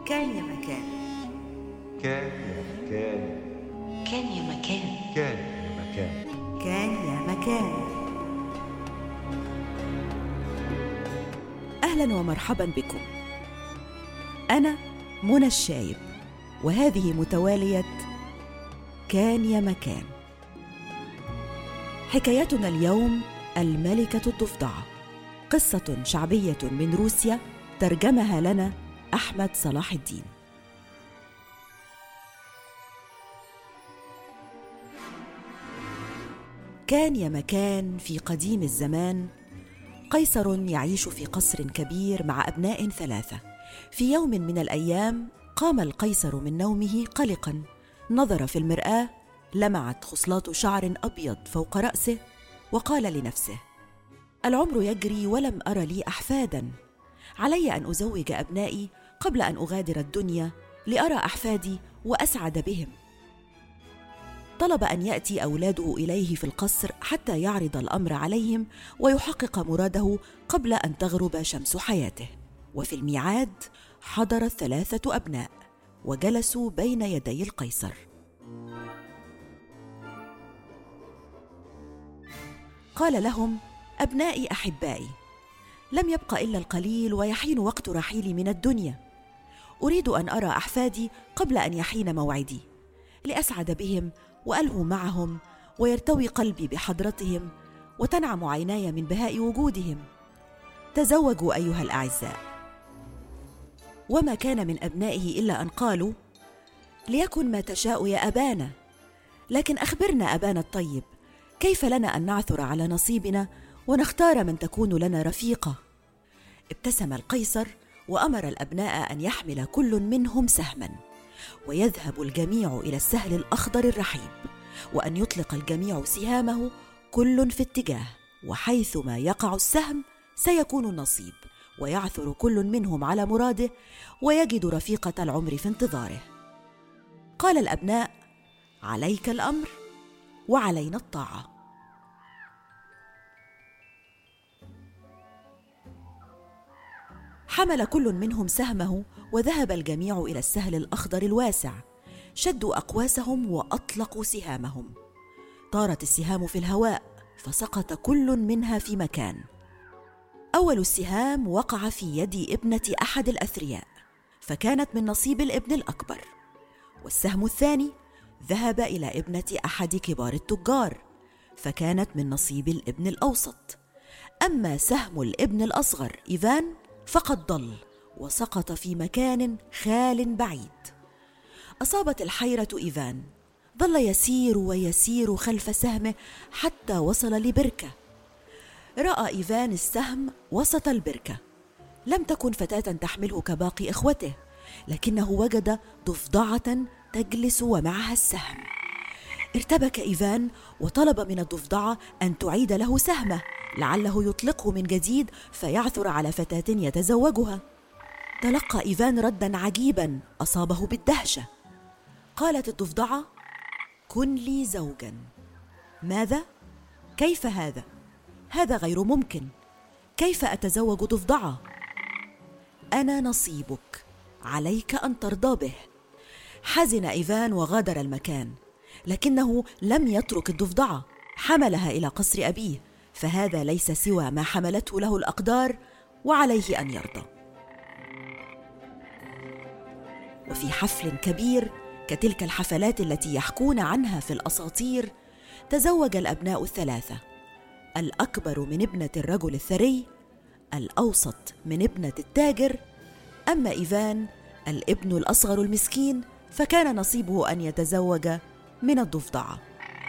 كان يا مكان. كان يا مكان. كان يا مكان. كان يا مكان. كان يا مكان. أهلاً ومرحباً بكم. أنا منى الشايب، وهذه متوالية كان يا مكان. حكايتنا اليوم الملكة الضفدعة، قصة شعبية من روسيا ترجمها لنا أحمد صلاح الدين. كان يا مكان في قديم الزمان قيصر يعيش في قصر كبير مع أبناء 3. في يوم من الأيام قام القيصر من نومه قلقاً، نظر في المرآة، لمعت خصلات شعر أبيض فوق رأسه، وقال لنفسه: العمر يجري ولم أر لي أحفاداً، علي أن أزوج أبنائي قبل أن أغادر الدنيا لأرى أحفادي وأسعد بهم. طلب أن يأتي أولاده إليه في القصر حتى يعرض الأمر عليهم ويحقق مراده قبل أن تغرب شمس حياته. وفي الميعاد حضر 3 أبناء وجلسوا بين يدي القيصر. قال لهم: أبنائي أحبائي، لم يبق إلا القليل ويحين وقت رحيلي من الدنيا. أريد أن أرى أحفادي قبل أن يحين موعدي، لأسعد بهم وألهو معهم، ويرتوي قلبي بحضرتهم، وتنعم عيناي من بهاء وجودهم. تزوجوا أيها الأعزاء. وما كان من أبنائه إلا أن قالوا: ليكن ما تشاء يا أبانا، لكن أخبرنا أبانا الطيب، كيف لنا أن نعثر على نصيبنا ونختار من تكون لنا رفيقة؟ ابتسم القيصر وأمر الأبناء أن يحمل كل منهم سهما، ويذهب الجميع إلى السهل الأخضر الرحيب، وأن يطلق الجميع سهامه كل في اتجاه، وحيثما يقع السهم سيكون النصيب، ويعثر كل منهم على مراده، ويجد رفيقة العمر في انتظاره. قال الأبناء: عليك الأمر وعلينا الطاعة. حمل كل منهم سهمه، وذهب الجميع إلى السهل الأخضر الواسع، شدوا أقواسهم وأطلقوا سهامهم. طارت السهام في الهواء، فسقط كل منها في مكان. أول السهام وقع في يد ابنة أحد الأثرياء، فكانت من نصيب الابن الأكبر، والسهم الثاني ذهب إلى ابنة أحد كبار التجار، فكانت من نصيب الابن الأوسط. أما سهم الابن الأصغر إيفان فقد ضل وسقط في مكان خال بعيد. أصابت الحيرة إيفان، ظل يسير ويسير خلف سهمه حتى وصل لبركة. رأى إيفان السهم وسط البركة، لم تكن فتاة تحمله كباقي إخوته، لكنه وجد ضفدعة تجلس ومعها السهم. ارتبك إيفان وطلب من الضفدعة أن تعيد له سهمه، لعله يطلقه من جديد فيعثر على فتاة يتزوجها. تلقى إيفان رداً عجيباً أصابه بالدهشة. قالت الضفدعة: كن لي زوجاً. ماذا؟ كيف هذا؟ هذا غير ممكن. كيف أتزوج ضفدعة؟ أنا نصيبك، عليك أن ترضى به. حزن إيفان وغادر المكان، لكنه لم يترك الضفدعة، حملها إلى قصر أبيه، فهذا ليس سوى ما حملته له الأقدار، وعليه أن يرضى. وفي حفل كبير كتلك الحفلات التي يحكون عنها في الأساطير، تزوج الأبناء 3، الأكبر من ابنة الرجل الثري، الأوسط من ابنة التاجر، أما إيفان الابن الأصغر المسكين فكان نصيبه أن يتزوج من الضفدعة.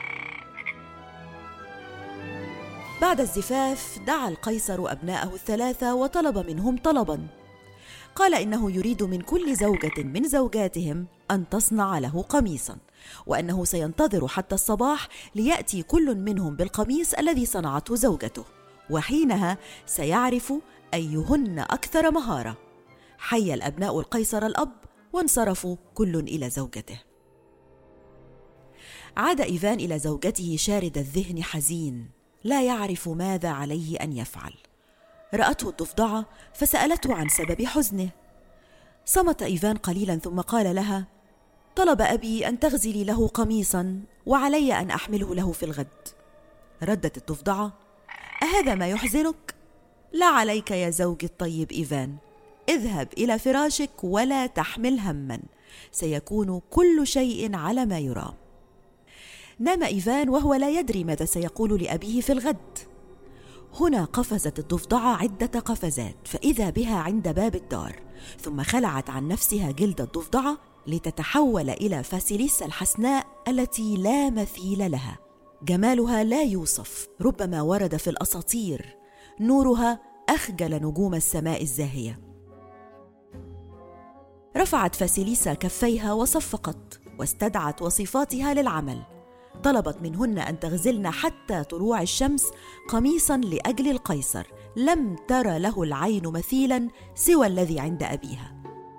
بعد الزفاف دعا القيصر أبناءه 3 وطلب منهم طلباً. قال إنه يريد من كل زوجة من زوجاتهم أن تصنع له قميصاً، وأنه سينتظر حتى الصباح ليأتي كل منهم بالقميص الذي صنعته زوجته، وحينها سيعرف أيهن أكثر مهارة. حيا الأبناء القيصر الأب وانصرفوا كل إلى زوجته. عاد إيفان إلى زوجته شارد الذهن حزين، لا يعرف ماذا عليه أن يفعل. رأته الضفدعة فسألته عن سبب حزنه. صمت إيفان قليلا ثم قال لها: طلب أبي أن تغزلي له قميصا وعلي أن أحمله له في الغد. ردت الضفدعة: أهذا ما يحزنك؟ لا عليك يا زوجي الطيب إيفان، اذهب إلى فراشك ولا تحمل هما، سيكون كل شيء على ما يرام. نام إيفان وهو لا يدري ماذا سيقول لأبيه في الغد. هنا قفزت الضفدعة عدة قفزات فإذا بها عند باب الدار، ثم خلعت عن نفسها جلد الضفدعة لتتحول إلى فاسيليسا الحسناء التي لا مثيل لها. جمالها لا يوصف، ربما ورد في الأساطير، نورها أخجل نجوم السماء الزاهية. رفعت فاسيليسا كفيها وصفقت واستدعت وصفاتها للعمل. طلبت منهن أن تغزلن حتى طلوع الشمس قميصا لأجل القيصر لم تر له العين مثيلا سوى الذي عند أبيها.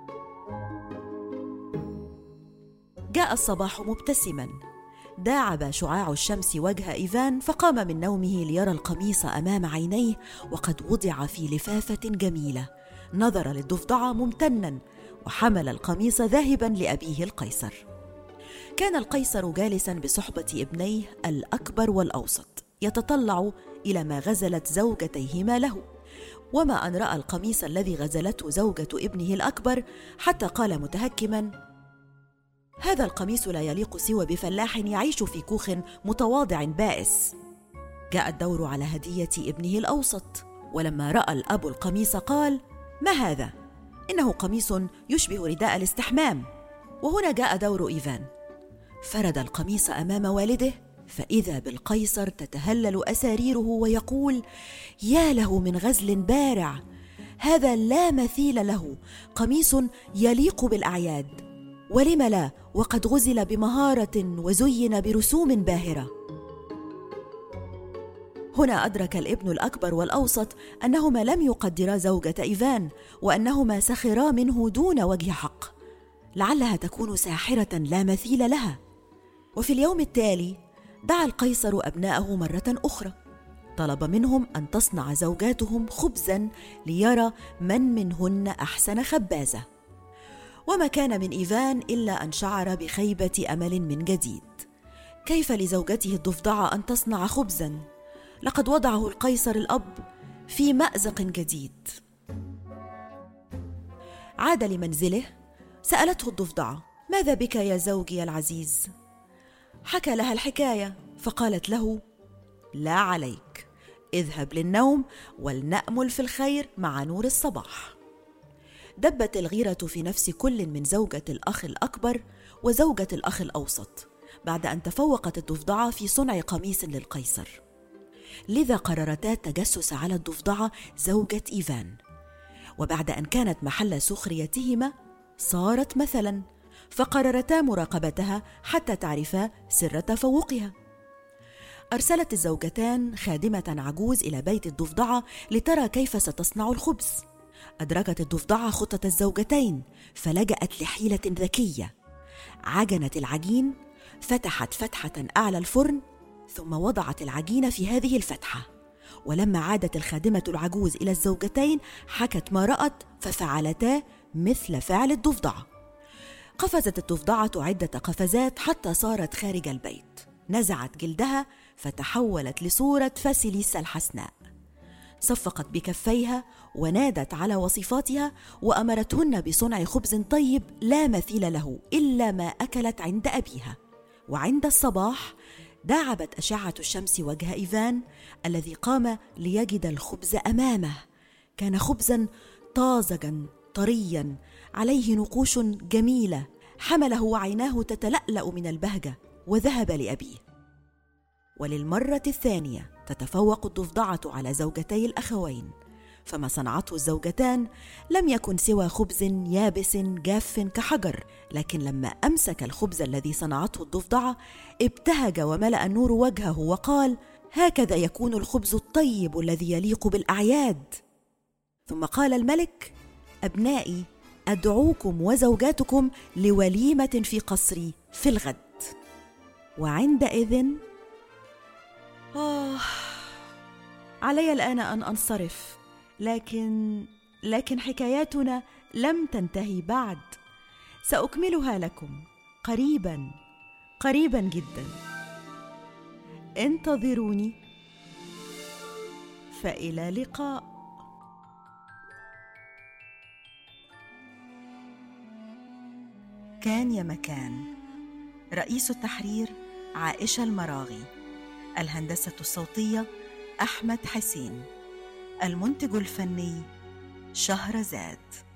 جاء الصباح مبتسما، داعب شعاع الشمس وجه إيفان فقام من نومه ليرى القميص أمام عينيه وقد وضع في لفافة جميلة. نظر للضفدعة ممتنا وحمل القميص ذاهبا لأبيه القيصر. كان القيصر جالسا بصحبة ابنيه الأكبر والأوسط يتطلع إلى ما غزلت زوجتيهما له، وما أن رأى القميص الذي غزلته زوجة ابنه الأكبر حتى قال متهكما: هذا القميص لا يليق سوى بفلاح يعيش في كوخ متواضع بائس. جاء الدور على هدية ابنه الأوسط، ولما رأى الأب القميص قال: ما هذا؟ إنه قميص يشبه رداء الاستحمام. وهنا جاء دور إيفان، فرد القميص أمام والده فإذا بالقيصر تتهلل أساريره ويقول: يا له من غزل بارع، هذا لا مثيل له، قميص يليق بالأعياد، ولم لا وقد غزل بمهارة وزين برسوم باهرة. هنا أدرك الابن الأكبر والأوسط أنهما لم يقدرا زوجة إيفان وأنهما سخرا منه دون وجه حق، لعلها تكون ساحرة لا مثيل لها. وفي اليوم التالي دعا القيصر أبناءه مرة أخرى، طلب منهم أن تصنع زوجاتهم خبزا ليرى من منهن أحسن خبازة. وما كان من إيفان إلا أن شعر بخيبة أمل من جديد. كيف لزوجته الضفدعة أن تصنع خبزا؟ لقد وضعه القيصر الأب في مأزق جديد. عاد لمنزله، سألته الضفدعة: ماذا بك يا زوجي العزيز؟ حكى لها الحكاية فقالت له: لا عليك، اذهب للنوم ولنأمل في الخير مع نور الصباح. دبت الغيرة في نفس كل من زوجة الأخ الأكبر وزوجة الأخ الأوسط بعد أن تفوقت الضفدعة في صنع قميص للقيصر، لذا قررتا التجسس على الضفدعة زوجة إيفان، وبعد أن كانت محل سخريتهما صارت مثلا، فقررتا مراقبتها حتى تعرفا سر تفوقها. أرسلت الزوجتان خادمة عجوز إلى بيت الضفدعة لترى كيف ستصنع الخبز. أدركت الضفدعة خطة الزوجتين فلجأت لحيلة ذكية، عجنت العجين، فتحت فتحة أعلى الفرن، ثم وضعت العجين في هذه الفتحة. ولما عادت الخادمة العجوز إلى الزوجتين حكت ما رأت ففعلتا مثل فعل الضفدعة. قفزت الضفدعة عدة قفزات حتى صارت خارج البيت، نزعت جلدها فتحولت لصورة فاسيليسا الحسناء. صفقت بكفيها ونادت على وصفاتها وأمرتهن بصنع خبز طيب لا مثيل له إلا ما أكلت عند أبيها. وعند الصباح داعبت أشعة الشمس وجه إيفان الذي قام ليجد الخبز أمامه. كان خبزا طازجا طريا عليه نقوش جميلة، حمله وعيناه تتلألأ من البهجة وذهب لأبيه. وللمرة الثانية تتفوق الضفدعة على زوجتي الأخوين، فما صنعته الزوجتان لم يكن سوى خبز يابس جاف كحجر، لكن لما أمسك الخبز الذي صنعته الضفدعة ابتهج وملأ النور وجهه وقال: هكذا يكون الخبز الطيب الذي يليق بالأعياد. ثم قال الملك: أبنائي، أدعوكم وزوجاتكم لوليمة في قصري في الغد. وعندئذ علي الآن أن أنصرف، لكن حكاياتنا لم تنتهي بعد، سأكملها لكم قريبا قريبا جدا. انتظروني، فإلى اللقاء. كان يا مكان. رئيس التحرير عائشة المراغي. الهندسة الصوتية أحمد حسين. المنتج الفني شهرزاد.